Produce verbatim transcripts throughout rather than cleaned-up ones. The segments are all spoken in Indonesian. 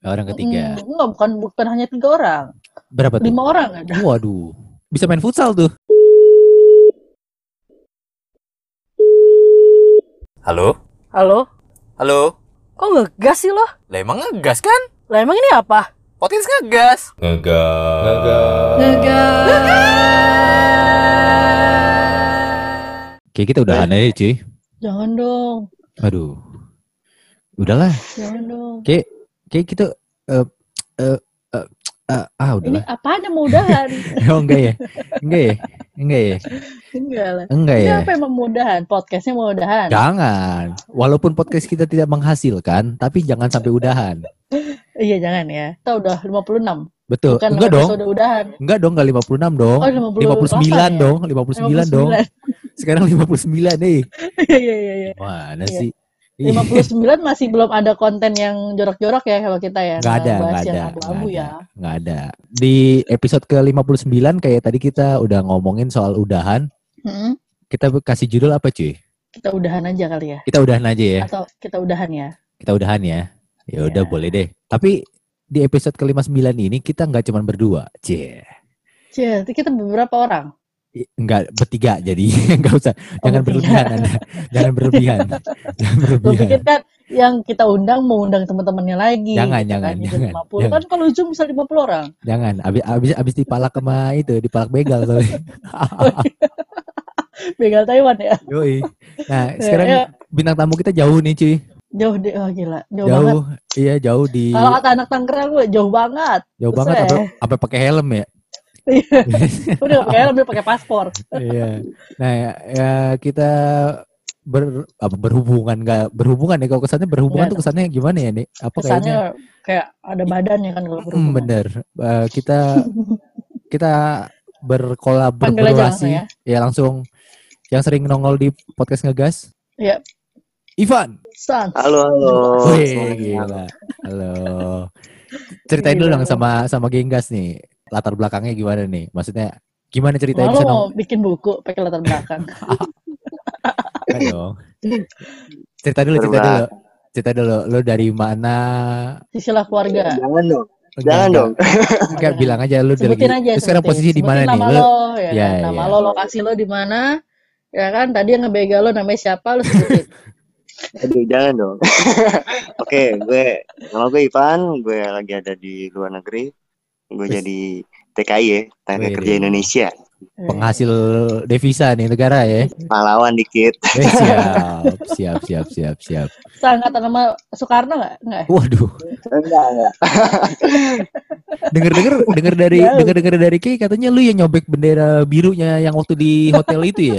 Orang ketiga. Mm, enggak, bukan bukan hanya tiga orang. Berapa tuh? Lima orang ada. Waduh, bisa main futsal tuh. Halo? Halo? Halo? Kok ngegas sih lo? Lah emang ngegas kan? Lah emang ini apa? Podcast ngegas. Ngegas. Ngegas. Ngegas. Kayak kita udahan aja cuy. Jangan dong. Aduh. Udahlah. Jangan dong. Kayak kayak kita uh, uh, uh, uh, ah udahlah. Ini apaan yang mau udahan? Oh enggak ya? Enggak ya? Enggak ya? Enggak lah. Enggak Ini ya? apa emang mau udahan? Podcastnya mau udahan? Jangan. Walaupun podcast kita tidak menghasilkan, tapi jangan sampai udahan. Iya jangan ya. Kita udah lima puluh enam. Betul. Bukan enggak dong. Udah udahan. Enggak dong, enggak lima puluh enam dong. Oh, lima puluh lima puluh sembilan ya? dong, lima puluh sembilan dong. Sekarang lima puluh sembilan nih. Iya iya iya. Mana iya. sih? lima puluh sembilan masih belum ada konten yang jorok-jorok ya kalau kita ya. Enggak ada, enggak ada. Abu-abu ya. Enggak ada. Di episode ke lima puluh sembilan kayak tadi kita udah ngomongin soal udahan. Hmm? Kita kasih judul apa cuy? Kita udahan aja kali ya. Kita udahan aja ya. Atau kita udahan ya. Kita udahan ya. Ya udah yeah. Boleh deh. Tapi di episode ke lima puluh sembilan ini kita nggak cuma berdua, cie. Cie, kita beberapa orang. Enggak, bertiga jadi enggak usah. Jangan oh, berlebihan Anda. Jangan berlebihan. Jangan berlebihan. Gue pikir kan yang kita undang mau undang teman-temannya lagi. Jangan, gitu jangan, kan. jangan. lima puluh jangan. Kan kalau Zoom bisa lima puluh orang. Jangan, abis abis abis dipalak sama itu, dipalak begal soalnya. Begal Taiwan ya. Yoi. Nah, sekarang ya, ya. Bintang tamu kita jauh nih, cuy. Jauh deh, oh gila, jauh, jauh banget. Iya, jauh di. Kalau kata anak Tangerang gue jauh banget. Jauh Terus banget, apa apa pakai helm ya? Iya. Udah pakai helm, dia pakai paspor. Iya. Nah, ya, ya kita ber apa berhubungan enggak berhubungan ya kalau kesannya berhubungan ya, tuh kesannya gimana ya nih? Apa kesannya kayaknya kayak ada badannya kan kalau berhubungan. Hmm, bener. Uh, kita kita berkolaborasi ya. ya langsung yang sering nongol di podcast Ngegas. Iya. Ivan. San. Halo halo. Wih, gila. Halo. Ceritain dulu dong sama sama Genggas nih. Latar belakangnya gimana nih? Maksudnya gimana ceritanya bisa nong- mau bikin buku pakai latar belakang? Ayo. Cerita dulu, cerita dulu. Cerita dulu, lo dari mana? Sisilah keluarga. Jangan dong. Enggak, Jangan dong. Enggak bilang aja lu dari aja, sekarang posisi di mana nih? Nama lo, ya, ya, kan? Nama ya. lo, lokasi lo di mana? Ya kan, tadi yang ngebegal lo namanya siapa? Lo sebutin. Aduh, jangan dong. Oke, gue nama gue Ivan, gue lagi ada di luar negeri. Gue jadi T K I ya, Tenaga Kerja Indonesia. Penghasil devisa nih negara ya. Pahlawan dikit. Eh, siap, siap, siap, siap, siap. Sangat nama Soekarno nggak? Nggak. Waduh. Enggak, enggak. Dengar-dengar, dengar dari, dengar-dengar dari Ki katanya lu yang nyobek bendera birunya yang waktu di hotel itu ya.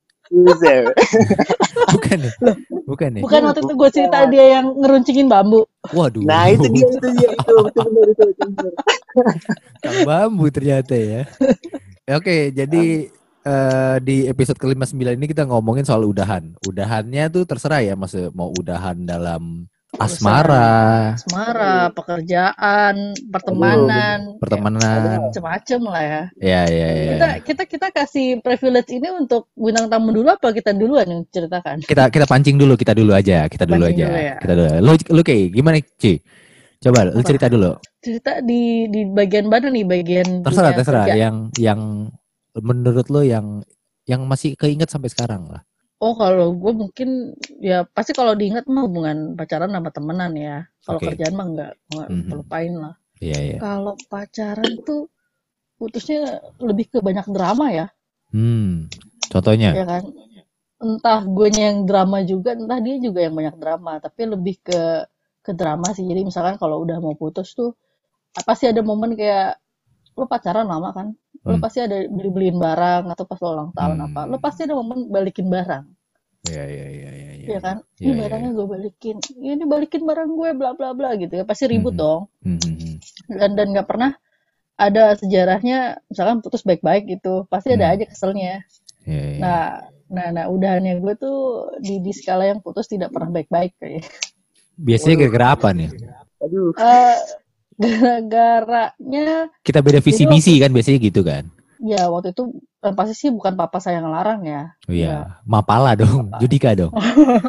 Bukan ya? Bukan ya? Bukan waktu itu gue cerita dia yang ngeruncingin bambu. Waduh. Nah itu dia, itu dia, itu betul benar itu. Kang bambu ternyata ya. Oke, jadi uh, di episode ke lima puluh sembilan ini kita ngomongin soal udahan. Udahannya tuh terserah ya, mas mau udahan dalam asmara, asmara, pekerjaan, pertemanan, pertemanan, ya, macam-macam lah ya. Ya, ya, ya. Kita kita kita kasih privilege ini untuk bintang tamu dulu apa kita duluan yang ceritakan? Kita kita pancing dulu, kita dulu aja, kita dulu pancing aja. Dulu ya. Kita dulu. Lu lu kayak gimana, Ci? Coba lu cerita dulu. Cerita di di bagian mana nih, bagian terserah terserah kerja. yang yang menurut lo yang yang masih keinget sampai sekarang lah. Oh, kalau gue mungkin ya pasti kalau diingat mah hubungan pacaran sama temenan ya. Kalau okay. kerjaan mah enggak, enggak mm-hmm. lupain lah. Iya, yeah, iya. Yeah. Kalau pacaran tuh putusnya lebih ke banyak drama ya. Hmm. Contohnya? Ya kan. Entah gue yang drama juga, entah dia juga yang banyak drama, tapi lebih ke ke drama sih. Jadi misalkan kalau udah mau putus tuh pasti ada momen kayak lo pacaran lama kan, lo hmm. pasti ada beli-beliin barang atau pas lo ulang tahun hmm. apa, lo pasti ada momen balikin barang. Iya iya iya iya. Iya kan, ini ya, barangnya ya. gue balikin, ini balikin barang gue, bla bla bla gitu ya, pasti ribut hmm. dong. Hmm. Dan dan nggak pernah ada sejarahnya, misalkan putus baik-baik gitu, pasti ada hmm. aja keselnya. Ya, ya. Nah, nah, nah udahannya gue tuh di di skala yang putus tidak pernah baik-baik kayak. Biasanya gara-gara apa nih? Aduh. Uh, gara-garanya kita beda visi misi kan biasanya gitu kan. Ya waktu itu pasti sih bukan papa saya yang larang ya. Oh iya, ya. Mapala dong, Judika dong.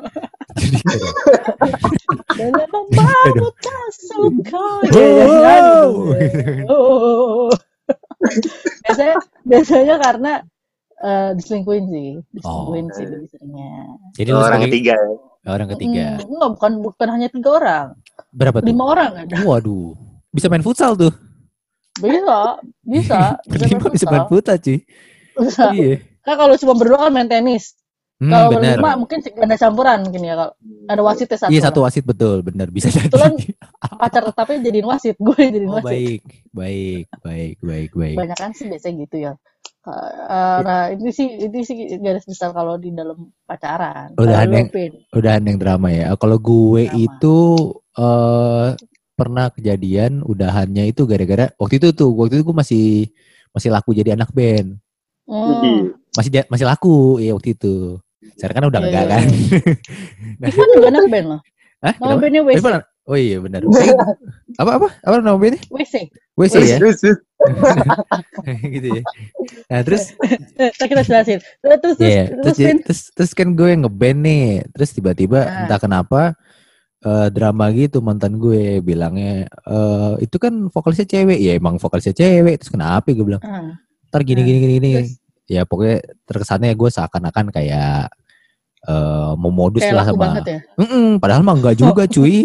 Jadi aduh. Dalam membawa suka. Oh. Oh. biasanya biasanya karena uh, diselingkuhin sih, diselingkuhin Oh. sih lebih seringnya. Jadi lu Orang sebagai ketiga ya. orang ketiga. Mm, enggak, bukan bukan hanya tiga orang, Berapa tuh? lima orang ada. Waduh. Bisa main futsal tuh. Bisa, bisa. Berlima bisa main futsal, cuy. Bisa. Iya. Kan kalau cuma berdua kan main tenis. Hmm, Kalau benar. berlima mungkin ganda campuran mungkin ya, kalau ada wasitnya satu. Iya, satu lah. wasit betul, benar bisa jadi. Kebetulan pacar tetapnya jadiin wasit, gue jadiin Oh, wasit. baik, baik, baik, baik, baik. Banyak kan sih biasanya gitu ya. Uh, nah ini sih ini sih garis besar kalau di dalam pacaran. Udahan Kalau yang lu, Pin? udahan yang drama ya. Kalau gue Drama. itu eh pernah kejadian udahannya itu gara-gara waktu itu tuh waktu itu gue masih masih laku jadi anak band. Hmm. Masih dia- masih laku ya waktu itu. Sekarang kan udah Iya, enggak iya, kan. iya. Ivan juga anak band loh. Hah? Nama Kenapa? bandnya W C. Ivan, oh iya benar. apa apa? Apa nama bandnya? W C. W C ya. Terus, terus. Gitu ya. Nah, terus Kita kita jelasin. Terus terus Iya, terus, terus, Pin. terus, terus kan gue ngeband nih, terus tiba-tiba Nah. entah kenapa eh, drama gitu mantan gue bilangnya eh, itu kan vokalisnya cewek, ya emang vokalisnya cewek, terus kenapa gue bilang, Ah, ntar gini Nah, gini gini gini, terus? ya pokoknya terkesannya gue seakan-akan kayak eh, mau modus kayak lah laku sama, banget ya. Mm-mm, padahal mah enggak juga cuy,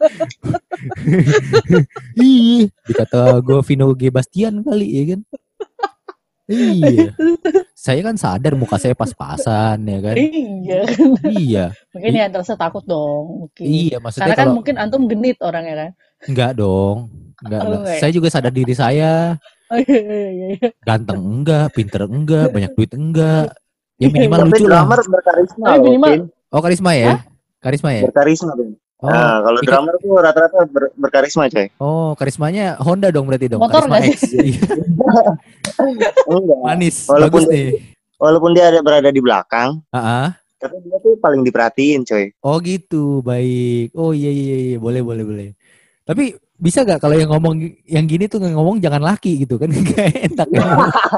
ih dikata gue Vino G Bastian kali ya kan. Iya, saya kan sadar muka saya pas-pasan ya kan. Iya. Iya, Mungkin ya terasa takut dong. Mungkin. iya maksudnya Karena kan kalau mungkin antum genit orangnya kan. enggak dong, enggak, Oh, enggak. enggak ya? Saya juga sadar diri saya, Oh iya iya iya. iya. ganteng enggak, pinter enggak, banyak duit enggak. Ya minimal Tapi lucu lah. drummer berkarisma Tapi loh, minimal- Pin. Oh karisma ya, Hah? karisma ya. Berkarisma, Pin. Oh, Nah, kalau ikut- drummer tuh rata-rata ber- berkarisma, coy. oh karismanya Honda dong berarti dong. Motor Karisma nggak X, Iya, Enggak. manis, Walaupun bagus dia- nih. Walaupun dia ada berada di belakang, Ah, ah. tapi dia tuh paling diperhatiin, coy. Oh gitu, baik. Oh iya iya iya, boleh boleh boleh. Tapi bisa gak kalau yang ngomong yang gini tuh ngomong jangan laki gitu kan? Gak enak ya.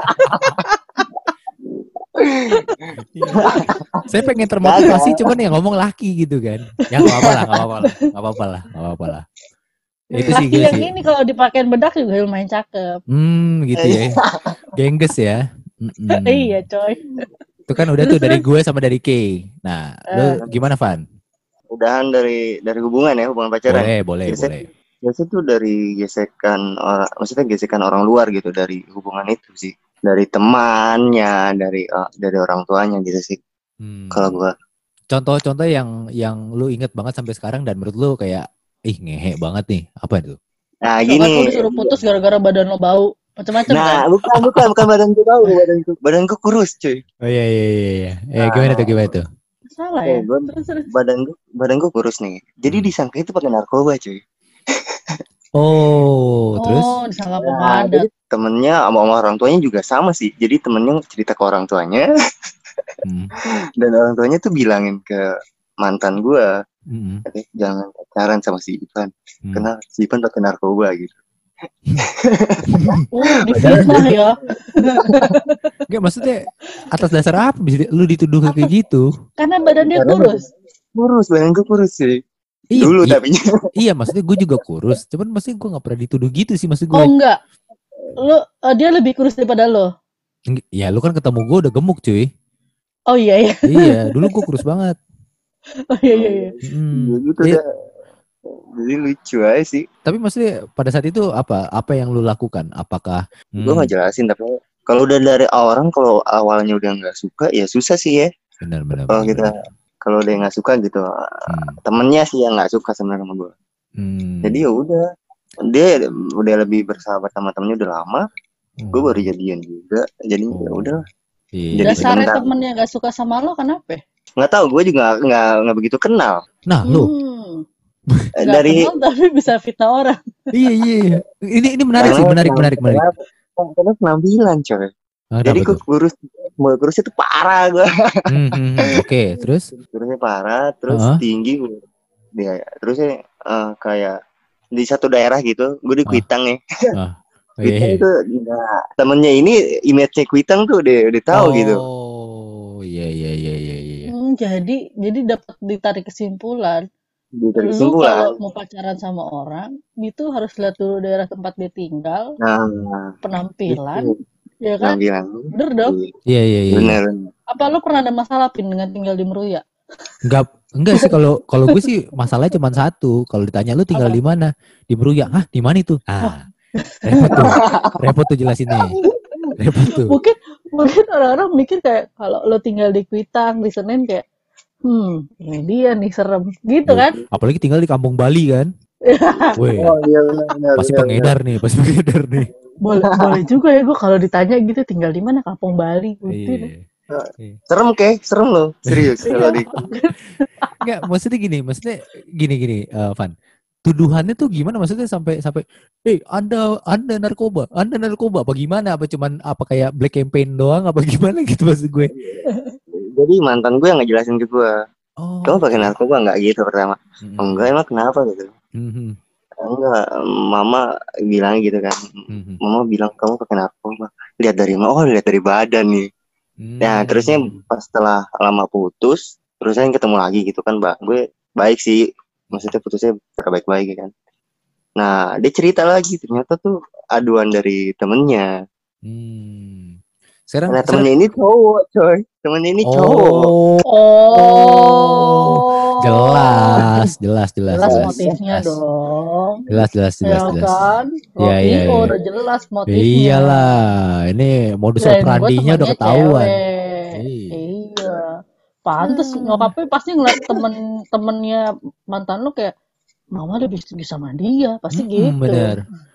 Saya pengen termotivasi cuman yang ngomong laki gitu kan. Ya nggak apa-apa lah, nggak apa-apa lah, nggak apa-apa lah, nggak apa-apa lah. Itu sih Laki gue yang sih. ini kalau dipakein bedak juga lumayan cakep. Hmm gitu ya. Gengges ya. Mm-mm. Iya coy. Itu kan udah tuh dari gue sama dari Kay. Nah, lu gimana Van? Udahan dari dari hubungan ya, hubungan pacaran. Boleh, boleh, Biasa- boleh. Biasanya tuh dari gesekan orang, maksudnya gesekan orang luar gitu dari hubungan itu sih. Dari temannya, dari uh, dari orang tuanya gitu sih. Hmm. Kalau gua Contoh-contoh yang yang lu inget banget sampai sekarang dan menurut lu kayak ih ngehe banget nih. Apa itu? Nah, Gini. gini. Lu disuruh putus gara-gara badan lo bau. Macam-macam kan. Nah, bukan bukan bukan badanku tahu, badanku badanku kurus, cuy. Oh iya iya iya iya. Eh gimana tuh gimana tuh? Salah ya. Eh, gua- Terus terus. Badanku badanku kurus nih. Jadi Hmm. disangka itu pakai narkoba, cuy. Oh, terus? Oh, disangka Nah, pemadat. jadi temennya sama, sama orang tuanya juga sama sih. Jadi temennya cerita ke orang tuanya Hmm. dan orang tuanya tuh bilangin ke mantan gua, Mm-mm. "Eh, jangan pacaran sama si Ivan. Hmm. Karena si Ivan pakai narkoba gitu." Oh, difitnah ya. Enggak maksudnya atas dasar apa bisa lu dituduh kayak gitu? Karena badan dia Karena- kurus. Kurus, badanku kurus sih. Iya, Dulu iya, tapi. iya maksudnya gue juga kurus. Cuman maksudnya gue gak pernah dituduh gitu sih maksud Oh gue. enggak. Lu eh, dia lebih kurus daripada lo. Eng- Ya lu kan ketemu gue udah gemuk cuy. Oh iya iya. Iya, dulu gue kurus banget. Oh iya iya iya. Hmm. Gitu Iya, dah. Jadi lucu aja sih. tapi maksudnya pada saat itu apa? Apa yang lu lakukan? Apakah? Gue Hmm, nggak jelasin tapi kalau udah dari orang kalau awalnya udah nggak suka ya susah sih ya. benar benar. Kalau benar, kita benar. kalau dia nggak suka gitu, Hmm. temennya sih yang nggak suka sebenarnya sama gue. Hmm. Jadi ya udah, dia udah lebih bersahabat sama temennya udah lama. Hmm. Gue baru jadian juga. Jadi ya Oh. udah. Iya, Jadi Dasarnya sebentar. temen yang gak suka sama lo kenapa? Nggak tahu, gue juga nggak- nggak nggak begitu kenal. Nah, lu. Hmm. Eh, Gak dari kenal tapi bisa fitnah orang. Iya, iya, iya. Ini ini menarik sih, Karena menarik, menarik, menarik. penampilan- Karena penampilan coy. Ah, Jadi kenapa gue kurus, mau kurusnya tuh parah gue. Hmm, hmm, hmm. Oke, terus? Kurusnya parah, terus Heeh. tinggi. Dia terusnya eh, kayak di satu daerah gitu, gue di Ah. Kuitang ya. Oh, Kuitang iya. itu nah, temennya ini image-nya Kuitang tuh udah udah tahu gitu. Oh, iya, iya, iya, iya, iya. Hmm, jadi jadi dapat ditarik kesimpulan. Dari Lu kesimpulan. kalau mau pacaran sama orang, itu harus lihat dulu daerah tempat dia tinggal, Nah, penampilan, itu ya kan? penampilan. Bener dong. Iya iya iya. Bener. Apa lu pernah ada masalah Pin dengan tinggal di Meruya? Enggak enggak sih kalau kalau gue sih masalahnya cuma satu. Kalau ditanya lu tinggal Apa? di mana? Di Meruya. Hah, di mana itu? Ah. Repot tuh. Repot tuh jelasinnya. Repot tuh. Mungkin mungkin orang-orang mikir kayak kalau lo tinggal di Kuitang, di Senen kayak hmm, ini dia nih serem gitu kan? Apalagi tinggal di kampung Bali kan. Weh, Oh iya benar. pasti pengedar nih, pasti pengedar nih. Boleh boleh juga ya gue kalau ditanya gitu tinggal di mana kampung Bali gitu. Iya. Serem ke? Serem loh. Serius kalau di Enggak, maksudnya gini, maksudnya gini gini, eh, Van. Tuduhannya tuh gimana maksudnya sampai sampai eh Anda Anda narkoba, Anda narkoba apa gimana? Apa cuman apa kayak black campaign doang apa gimana gitu maksud gue. Jadi mantan gue yang ngejelasin ke gue, Oh. kamu pakai narkoba nggak gitu pertama? Mm-mm. Oh, enggak, emang kenapa gitu? Mhm. Enggak, mama bilang gitu kan. Mhm. Mama bilang kamu pakai narkoba. Lihat dari mana? Oh, lihat dari badan nih. Nah, terusnya pas setelah lama putus, terusnya ketemu lagi gitu kan, Mbak. Gue baik sih, maksudnya putusnya baik-baik kan. Nah, dia cerita lagi ternyata tuh aduan dari temennya. Hmm. Sekarang, Nah, sekarang temennya ini cowok, coy. Temennya ini cowok. oh, Oh. jelas, jelas, jelas, Jelas jelas, motifnya jelas. dong. Jelas, jelas, jelas, Ya jelas. kan? Iya, Rocky iya, iya. udah jelas motifnya. Iyalah, ini modus Dan gue operandinya udah temennya ketahuan. cewek. Iya. Iya. Pantes Hmm. nyokapnya pasti ngeliat temen-temennya mantan lu kayak mama lebih bisa sama dia. Pasti Mm-mm, gitu. bener.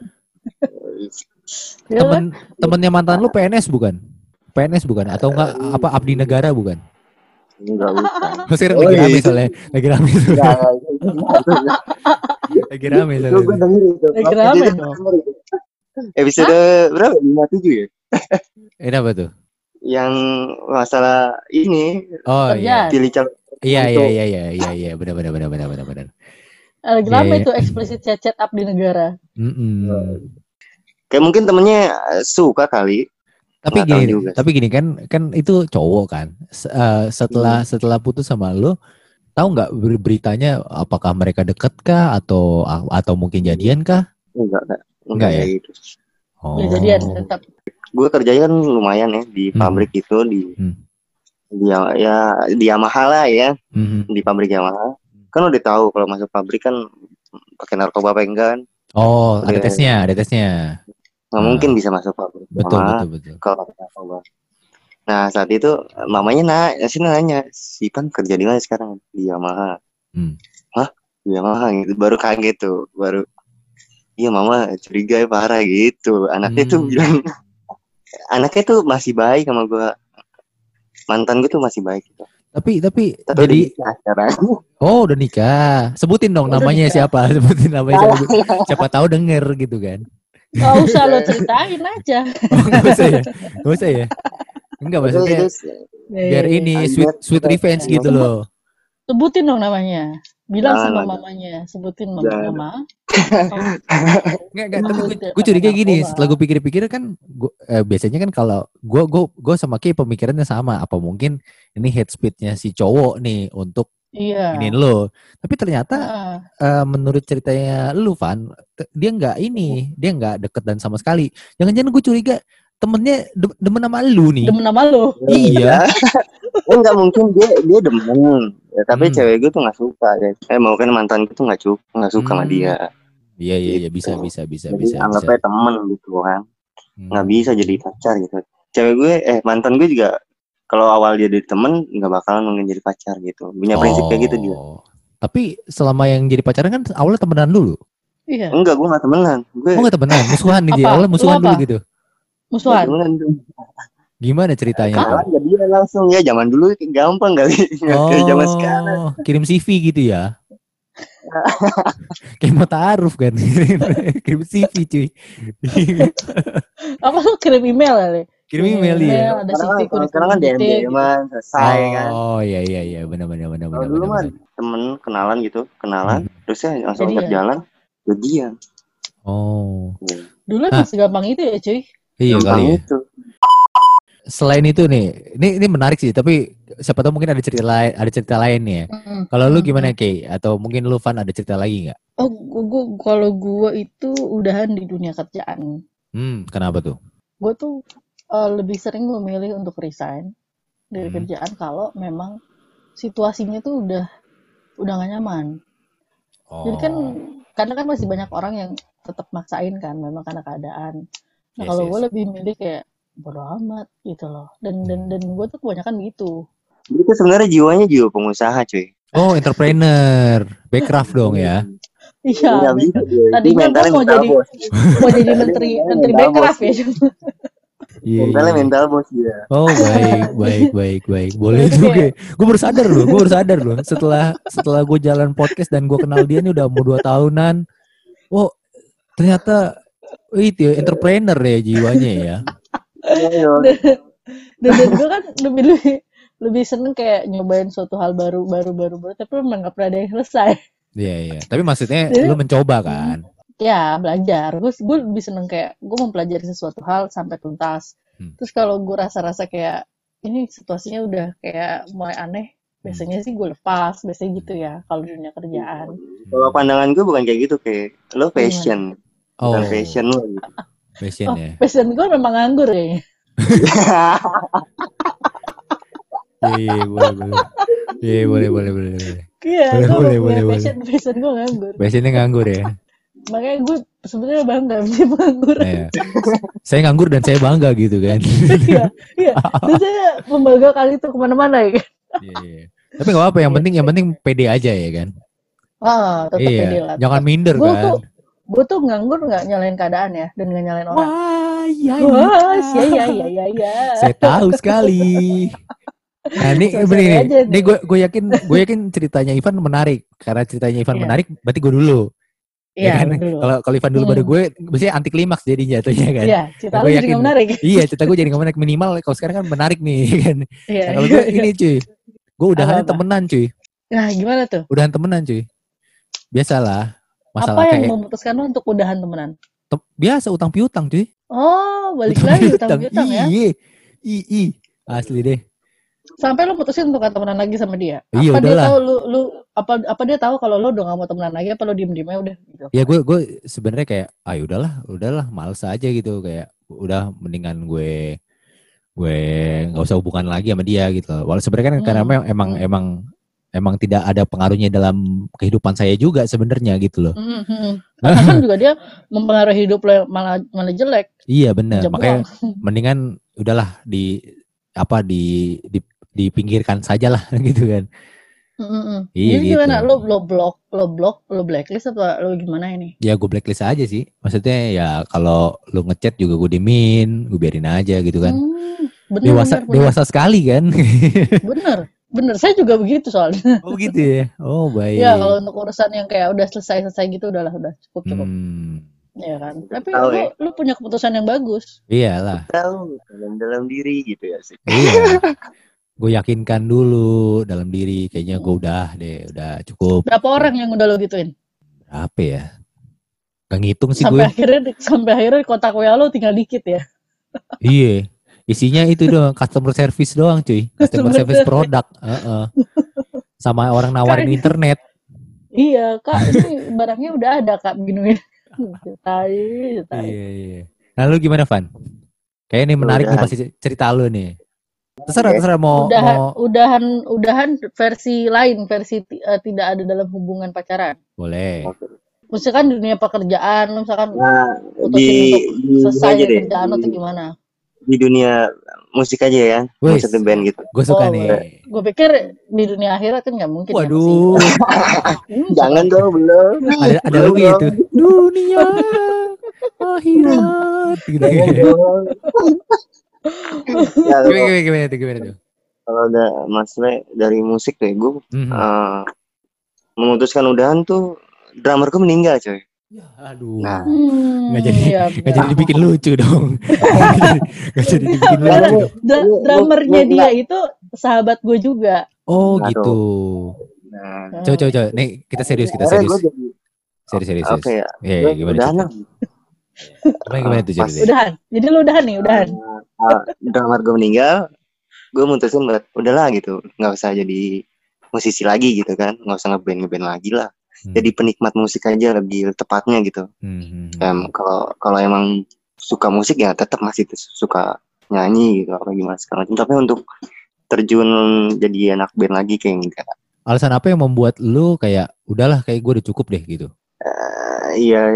Ya kan? Temen temennya mantan lu P N S bukan? P N S bukan? Atau enggak apa abdi negara bukan? Enggak bukan. Sekarang Oh, lagi rame itu- soalnya, lagi rame soalnya. Enggak, enggak. Lagi rame Itu gue soalnya. denger itu. Lagi rame Itu dong. denger itu. Episode berapa? lima puluh tujuh ya? Ini apa tuh? Yang masalah ini Oh iya. Kerjaan. pilih calon. Iya iya iya iya iya iya benar benar benar benar benar benar. Lagi Iya, rame iya. tuh eksplisit chat-chat abdi negara. Mm-mm. Kayak mungkin temennya eh, suka kali. Tapi Nggak tahu gini, juga sih. tapi gini kan kan itu cowok kan. S- eh, setelah setelah putus sama lo, tahu nggak ber- beritanya apakah mereka deket kah atau atau mungkin jadian kah? Enggak, enggak. Enggak ya? kayak gitu. Oh. Ya jadian tetap. Gue kerjanya kan lumayan ya di Hmm. pabrik itu di Hmm. di ya di Yamaha lah ya, Mhm. di pabrik Yamaha. Kan udah tahu kalau masuk pabrik kan pakai narkoba apa enggak kan. Oh, ada Udah. tesnya, ada tesnya. Nggak Ah. mungkin bisa masuk pabrik Betul Yamaha betul betul. kalau pakai narkoba. Nah, saat itu mamanya nanya, sih nanya, si Pan kerja di mana sekarang? Di Yamaha. Hmm. Hah? Di Yamaha gitu. Baru kaget tuh, baru iya mama curiga ya parah gitu. Anaknya tuh Hmm. bilang anaknya tuh masih baik sama gue. Mantan gue tuh masih baik gitu. Tapi tapi Tapi jadi udah nikah sekarang. oh udah nikah. Sebutin dong Udah namanya nikah. siapa? Sebutin namanya siapa? Siapa tahu denger gitu kan. Gak usah lo ceritain aja. Oh, enggak usah ya. Enggak usah ya. Enggak maksudnya biar Eh, ini I sweet bet sweet that- revenge gitu loh. Sebutin dong namanya. Bilang Jangan, sama jangan. mamanya. Sebutin mama. Jangan. mama. Enggak enggak tapi gue, Sebutin gue curiga pakai gini, narkoba. setelah gue pikir-pikir kan gua, eh, biasanya kan kalau gue gue gue sama Ki pemikirannya sama, apa mungkin ini head speednya si cowok nih untuk Iya. iniin lo. Tapi ternyata Heeh. eh, menurut ceritanya lu Van, te- dia nggak ini, dia nggak deket dan sama sekali. Jangan-jangan gue curiga temennya de- demen sama lu nih. Demen sama lo. Iya. Enggak mungkin dia dia demen. Ya, tapi Hmm. cewek gue tuh nggak suka ya. Eh mau kan mantan gue tuh nggak suka nggak suka sama Hmm. dia. Iya iya iya Gitu. bisa bisa bisa Jadi bisa. bisa. anggapnya temen gitu kan. Hmm. Nggak bisa jadi pacar gitu. Cewek gue eh mantan gue juga kalau awal dia jadi temen nggak bakalan mungkin jadi pacar gitu. Punya prinsip kayak gitu dia. Oh. Tapi selama yang jadi pacaran kan awalnya temenan dulu. Iya. Enggak, gue nggak temenan. Gue Oh nggak temenan, musuhan nih dia. Apa? Awalnya musuhan Lu apa? dulu gitu. nggak Musuhan. temenan tuh. Gimana ceritanya tuh? Kenalan jadian langsung ya. Zaman dulu gampang kali. Nggak kayak zaman sekarang. Oh, kirim C V gitu ya? Kayak mau taaruf kan? Kirim C V cuy. Apa lu kirim email kali? Kirim email ya. Ada C V Sekarang, sekarang kan D M D man selesai kan. Oh iya iya iya benar benar benar Kalau benar dulu benar. mah temen kenalan gitu, kenalan, Hmm. terus ya langsung Jadian. ajak jalan, jadian. Oh. Dulu Hah? emang segampang itu ya cuy. Iya Gampang kali ya. itu. selain itu nih, ini ini menarik sih, tapi siapa tahu mungkin ada cerita lain, ada cerita lain nih ya. Mm-mm. Kalau lu Mm-mm. gimana Kay? Atau mungkin lu Van ada cerita lagi nggak? Oh, gua, gua, kalau gue itu udahan di dunia kerjaan. Hmm, kenapa tuh? Gue tuh eh, lebih sering memilih untuk resign dari Hmm. kerjaan kalau memang situasinya tuh udah udah gak nyaman. Jadi kan Oh, karena kan masih banyak orang yang tetap maksain kan, memang karena keadaan. Nah yes kalau gue yes. lebih milih kayak bodo amat gitu loh. Dan dan dan gue tuh kebanyakan gitu. Itu sebenarnya jiwanya jiwa pengusaha, cuy. Oh, entrepreneur, backcraft dong ya. Iya, Nggak bisa, bener. cuy. Itu Tadinya gue mentalnya mau mental jadi bos. mau jadi menteri Mentalnya menteri mental Bekraf bos. ya. Cuma. Iya, Mentalnya iya. mental bos dia. Oh, baik, baik, baik, baik. Boleh Itu juga. kayak Gue baru sadar loh, gue baru sadar loh. Setelah setelah gue jalan podcast dan gue kenal dia nih udah mau dua tahunan. Oh, ternyata oh, itu ya, entrepreneur ya jiwanya ya. Ayo. dan, dan, dan gue kan lebih lebih lebih seneng kayak nyobain suatu hal baru baru baru baru tapi memang nggak pernah ada yang selesai. Iya, iya. Tapi maksudnya Jadi lu mencoba kan? ya belajar. Gue gue lebih seneng kayak gue mempelajari sesuatu hal sampai tuntas. Hmm. Terus kalau gue rasa-rasa kayak ini situasinya udah kayak mulai aneh, Hmm. biasanya sih gue lepas, biasanya gitu ya kalau di dunia kerjaan. Kalau pandangan gue bukan kayak gitu, kayak lo Gimana? passion, bukan Oh, fashion lo. passion Oh, ya. passion gue memang nganggur kayaknya. Iya, iya, boleh, boleh. Iya, boleh, boleh, boleh, boleh. Iya, Boleh, gue boleh, punya boleh, boleh. passion, passion gue nganggur. Passionnya nganggur ya. Makanya gue sebenarnya bangga punya pengangguran. Nah, ya. Saya nganggur dan saya bangga gitu kan. Iya, iya. Dan saya membanggakan itu kemana-mana ya kan. Iya, iya. Tapi nggak apa-apa, yang penting yang penting pede aja ya kan. Ah, tetap Iya, pede lah. jangan minder Gue kan. tuh, gue tuh nganggur nggak nyalain keadaan ya, dan nggak nyalain orang. Wah, iya, Wah, iya. iya, iya, iya, iya. Saya tahu sekali. Nah, ini Sorry begini nih. aja Ini nih. gue gue yakin gue yakin ceritanya Ivan menarik. Karena ceritanya Ivan Iya. menarik, berarti gue dulu. Iya, Ya kan? dulu. Kalau kalau Ivan dulu Hmm. baru gue, biasanya anti klimaks jadi jatuhnya kan. Iya, cerita Nah, lu gue jadi yakin. nggak menarik. Iya, cerita gue jadi nggak menarik minimal. Kalau sekarang kan menarik nih kan. Iya, Nah, kalau iya, gue iya. ini cuy, gue udahannya Apa-apa? temenan cuy. Nah, gimana tuh? Udahan temenan cuy. Biasalah. Masalah Apa yang kayak memutuskan lo untuk udahan temenan? te- biasa utang piutang cuy. Oh, balik Utang lagi piutang. utang-piutang ya. Iya. Ih, ih. Asli deh. Sampai lo putusin untuk gak temenan lagi sama dia. Iya, Apa dia udahlah. tahu lu lu apa apa dia tahu kalau lo udah gak mau temenan lagi, apa lo diem-diem aja udah gitu. Ya gue gue sebenarnya kayak ah udahlah, udahlah males aja gitu kayak udah mendingan gue gue nggak usah hubungan lagi sama dia gitu. Walau sebenarnya kan karena Hmm. memang emang Hmm. emang emang tidak ada pengaruhnya dalam kehidupan saya juga sebenarnya gitu loh. Hmm, hmm. Bahkan juga dia mempengaruhi hidup lo yang malah malah jelek. Iya benar. Pinjam Makanya uang. mendingan udahlah di apa di di dipinggirkan saja lah gitu kan. Hmm, hmm, hmm. Iya Jadi gitu. gimana? Lo lo blok, lo blok, lo blacklist apa lo gimana ini? Ya gue blacklist aja sih. Maksudnya ya kalau lu ngechat juga gue diemin, gue biarin aja gitu kan. Hmm, bener, Dewasa bener, bener. dewasa sekali kan. Bener, bener. Saya juga begitu soalnya. Oh gitu ya. Oh baik. Ya kalau untuk urusan yang kayak udah selesai-selesai gitu udahlah udah cukup cukup. Hmm, Ya kan. Tapi Tahu lu ya. lu punya keputusan yang bagus. iyalah. Tahu dalam dalam diri gitu ya sih. Iya. Gue yakinkan dulu dalam diri kayaknya gue udah deh, udah cukup. Berapa orang yang udah lo gituin? Berapa ya? Gak ngitung sih Sampai gue. akhirnya sampai akhirnya kotak W A lo tinggal dikit ya. Iya. Isinya itu doang, customer service doang cuy. Customer Customer service service. produk. Heeh. Sama orang nawarin Kan- internet. Iya, Kak, ini barangnya udah ada, Kak, begini. Tai, tai. Iya, iya. Nah lu gimana Van? Kayaknya ini menarik nih Udahan. pasti cerita lu nih. Terserah, Oke. terserah mau Udahan, mau udahan, udahan versi lain, versi ti- eh, tidak ada dalam hubungan pacaran. boleh. Misalkan di dunia pekerjaan, lo misalkan Nah, putusin di, untuk di selesai aja deh. kerjaan lo Di, tuh gimana? di dunia musik aja ya. Wih, Musik band gitu. gue suka Oh, nih. Gue pikir di dunia akhirat kan nggak mungkin. ya, Waduh, masih- Hmm, Jangan dong, belum. ada ada Belum lagi dong. itu. Dunia akhirat. Gitu. Jangan dong. Ya, Gimana, kalau, gimana, gimana tuh, gimana tuh? kalau ada masalah dari musik deh, gue Mhm. eh, memutuskan udahan tuh drummer gue meninggal coy. Ya, aduh. Nah, Hmm, Nggak jadi, iya, nggak benar. jadi dibikin lucu dong. Nggak jadi, nggak jadi dibikin lucu Karena dong. dra- Lu- lu- drummernya lu- dia itu sahabat gue juga. Oh Aduh. gitu. nah. Coba, coba, coba. Nih kita serius, kita Akhirnya serius. gue jadi Serius, serius, oke serius. ya. Iya, Gue gimana udahan cerita? lah. Gimana gimana tuh Pas ceritanya? Udahan. Jadi lu udahan nih, udahan. uh, drummer gue meninggal, gue mutusin buat udahlah gitu, nggak usah jadi musisi lagi gitu kan, nggak usah ngeband ngeband lagi lah. Hmm. Jadi penikmat musik aja lebih tepatnya gitu. Hmm. Em, kalau kalau emang suka musik ya tetap masih suka nyanyi gitu apa gimana segala macam. Tapi untuk terjun jadi anak band lagi kayak enggak. Alasan apa yang membuat lu kayak udahlah kayak gue udah cukup deh gitu? Uh, iya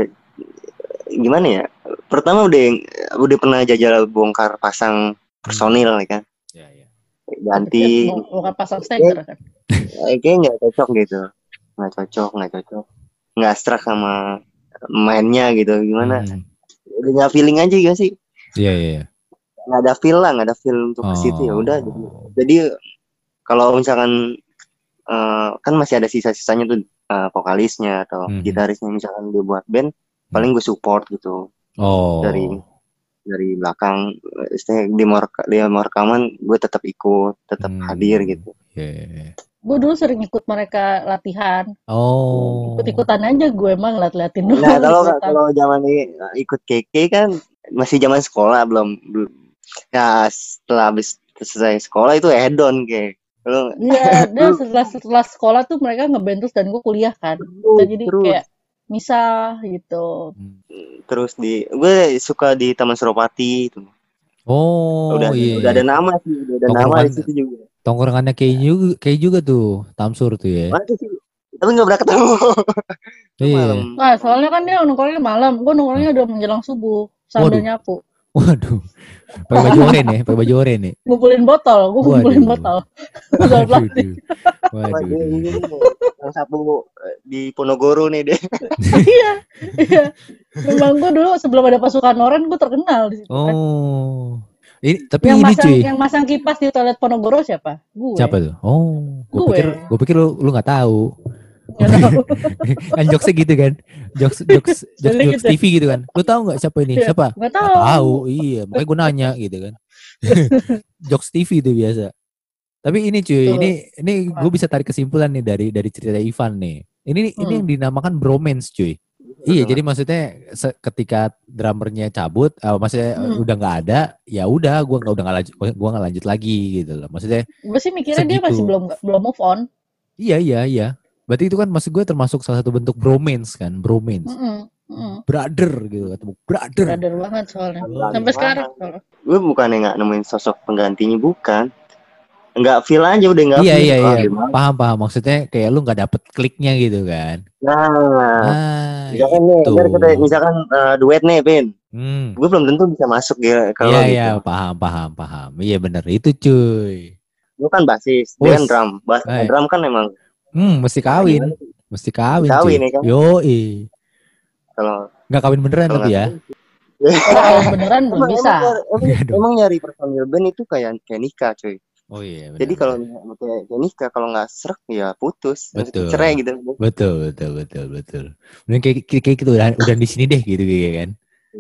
gimana ya? Pertama udah udah pernah jajal bongkar pasang personil hmm. kan. Ya, ya. Ganti. Bongkar pasang steker kan. Kayaknya nggak cocok gitu. Nggak cocok, nggak cocok. Nggak struck sama mainnya gitu gimana. Hmm. Udah nggak feeling aja gitu sih. Iya, iya, iya. Nggak ada feel lah, nggak ada feel untuk ke situ oh. Ya udah. Jadi, jadi kalau misalkan uh, kan masih ada sisa-sisanya tuh uh, vokalisnya atau hmm. gitarisnya misalkan dia buat band, hmm. paling gue support gitu. Oh. Dari dari belakang, istilahnya dia mau reka, dia mau rekaman, gue tetap ikut, tetap hmm. hadir gitu. Yeah. Gue dulu sering ikut mereka latihan. Oh. Ikut-ikutan aja gue emang lat-latin dulu. Nah kalau kalau zaman ini ikut K K kan masih zaman sekolah belum belum. Ya setelah habis selesai sekolah itu hedon kayak. Iya, dia setelah setelah sekolah tuh mereka ngeband terus dan gue kuliah kan. Terus, jadi terus. kayak misah gitu. Terus di gue suka di Taman Suropati itu. Oh, udah iya. udah ada nama sih, udah ada nama di situ juga. Tongkrongannya kayak juga, kayak juga tuh, Tamsur tuh ya. Mana sih? Tapi nggak pernah ketemu. Iya. Nah, soalnya kan dia nongkrongnya malam, gue nongkrongnya udah menjelang subuh sambil Waduh. nyapu. Waduh, pakai baju oranye nih, pakai baju oranye nih. Ngumpulin botol, gue ngumpulin botol. Waduh, waduh, waduh. Yang sapu di Ponorogo nih deh. Iya, iya. Memang gue dulu sebelum ada pasukan Oren, gue terkenal di situ. Oh, kan. ini tapi yang ini masang, cuy. Yang masang kipas di toilet Ponorogo siapa? Gue. Siapa tuh? Oh, gue pikir, gue pikir lu lu nggak tahu. Kan jokesnya gitu kan, jokes jokes jokes, jokes T V gitu kan. Lu tahu nggak siapa ini? Ya, siapa? Nggak tahu. Gak tahu. Iya, makanya gue nanya gitu kan. Jokes T V itu biasa. Tapi ini cuy, Tuh. ini ini gue bisa tarik kesimpulan nih dari dari cerita Ivan nih. Ini hmm. ini yang dinamakan bromance cuy. Iya, jadi maksudnya ketika drummernya cabut, uh, maksudnya hmm. udah nggak ada, ya udah, gue nggak udah nggak lanjut, gue nggak lanjut lagi gitu loh. Maksudnya. Gue sih mikirnya segitu. Dia masih belum belum move on. Iya iya iya. Berarti itu kan maksud gue termasuk salah satu bentuk bromance kan, bromance. Mm-hmm. Mm-hmm. Brother gitu, ketemu brother. Brother banget soalnya. Brother sampai banget. Sekarang. Gue bukannya nggak nemuin sosok penggantinya, bukan. Nggak feel aja, udah nggak iya, feel. Iya iya iya. Paham paham. Maksudnya kayak lu nggak dapet kliknya gitu kan. Nah, nah misalkan nih, kita, misalkan uh, duet nih, Pin. Hmm. Gue belum tentu bisa masuk ya kalau iya, gitu. Iya paham paham paham. Iya benar itu cuy. Gue kan basis, dia kan drum, bass dan drum kan emang. Hmm, mesti kawin. Nah, mesti kawin, kawin ya kan? Yoi. Kalau nggak kawin beneran tapi ya. Kalau kawin beneran belum bisa. Emang, emang, emang nyari personil band itu kayak kayak nikah, cuy. Oh iya. Bener, jadi kalau kayak nikah kalau nggak serak ya putus, betul. Cerai gitu. Betul, betul, betul, betul. Mungkin kayak kayak gitu udah udah di sini deh gitu kayak kan.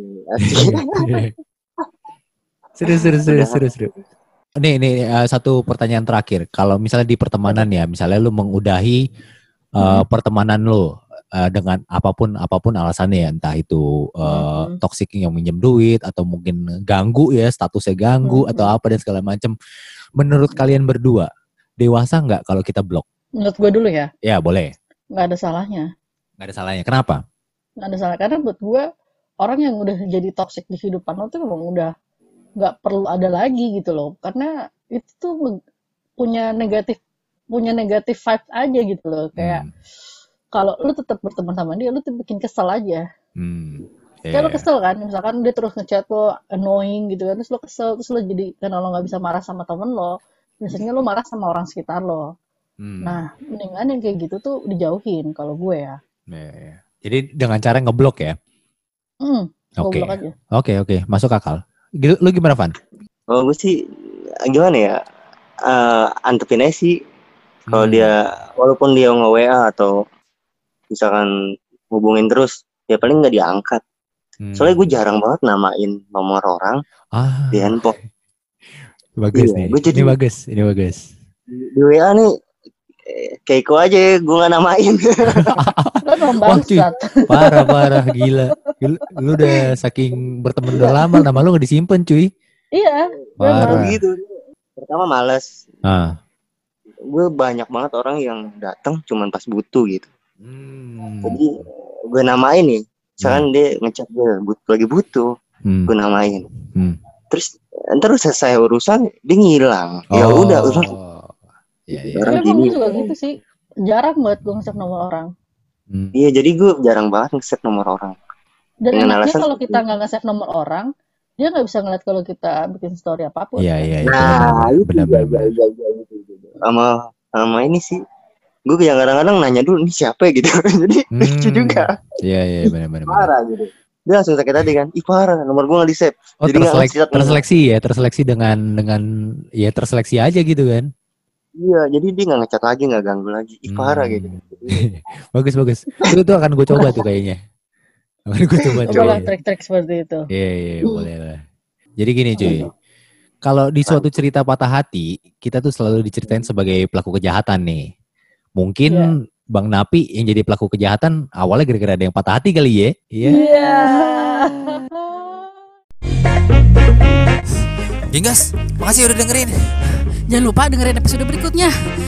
seru, seru, seru, seru, seru. Nih, nih uh, satu pertanyaan terakhir. Kalau misalnya di pertemanan ya, misalnya lu mengudahi uh, hmm. pertemanan lu uh, dengan apapun apapun alasannya ya, entah itu uh, hmm. toxic yang minjem duit atau mungkin ganggu ya, statusnya ganggu hmm. atau apa dan segala macam. Menurut kalian berdua, dewasa nggak kalau kita blok? Menurut gue dulu ya. Ya boleh. Nggak ada salahnya. Nggak ada salahnya. Kenapa? Nggak ada salahnya karena buat gue orang yang udah jadi toxic di kehidupan lo tuh memang udah nggak perlu ada lagi gitu loh, karena itu tuh punya negatif punya negatif vibes aja gitu loh, kayak hmm. kalau lu tetap berteman sama dia lu tuh bikin kesel aja. hmm. yeah. Kayak lu kesel kan, misalkan dia terus ngechat lo annoying gitu kan, terus lu kesel, terus lu jadi karena lo nggak bisa marah sama temen lo, biasanya lu marah sama orang sekitar lo. hmm. Nah mendingan yang kayak gitu tuh dijauhin kalau gue ya. yeah, yeah. Jadi dengan cara ngeblok ya. hmm, Oke okay. oke oke masuk akal. Lu gimana, Van? Oh, gue sih gimana ya? Uh, antepin aja sih. Kalau hmm. dia, walaupun dia nge-W A atau misalkan hubungin terus, ya paling nggak diangkat. Hmm. Soalnya gue jarang banget namain nomor orang ah. di handphone. Bagus iya, nih. Jadi, ini bagus, ini bagus. Di, di W A nih, Keiko aja gue gak namain. Kan orang Wah, cuy. bangsat. Parah parah gila. Lu, lu udah saking berteman udah lama, nama lu gak disimpan cuy. Iya, Parah. memang. Gitu. Pertama males. Ah. Gue banyak banget orang yang datang cuman pas butuh gitu. Hmm. Jadi gue namain nih. Misalkan dia ngechat gue but- lagi butuh, Hmm. gue namain. Hmm. Terus ntar selesai urusan dia ngilang. Ya Oh. udah urusan. Iya, iya. Orang Tapi emang gini. gue juga gitu sih. Jarang banget gue nge-save nomor orang. Hmm. Iya, jadi gue jarang banget nge-save nomor orang. Dan Dengan enaknya alasan kalau kita nggak nge-save nomor orang, dia nggak bisa ngeliat kalau kita bikin story apapun. Iya, kan? iya, iya. Nah, itu Benar-benar. sama sama ini sih. Gue yang kadang-kadang nanya dulu ini siapa ya gitu. Jadi lucu juga. Iya, iya, benar-benar. Parah gitu. Dia langsung sakit hati kan. Ih parah, nomor gue gak di-save. Oh, Jadi nggak terselek- ngechat. terseleksi ya, terseleksi dengan dengan ya terseleksi aja gitu kan. Iya, jadi dia gak ngechat lagi, gak ganggu lagi. Ih parah Hmm. gitu. Bagus bagus. Itu tuh akan gue coba tuh kayaknya. Akan gue coba tuh. Cobalah kayaknya. trik-trik seperti itu. Iya iya boleh lah. Jadi gini cuy. Kalau di suatu cerita patah hati, kita tuh selalu diceritain sebagai pelaku kejahatan nih. Mungkin Iya. Bang Napi yang jadi pelaku kejahatan awalnya gara-gara ada yang patah hati kali ya. Iya. Iya. Genggas, makasih udah dengerin. Jangan lupa dengerin episode berikutnya.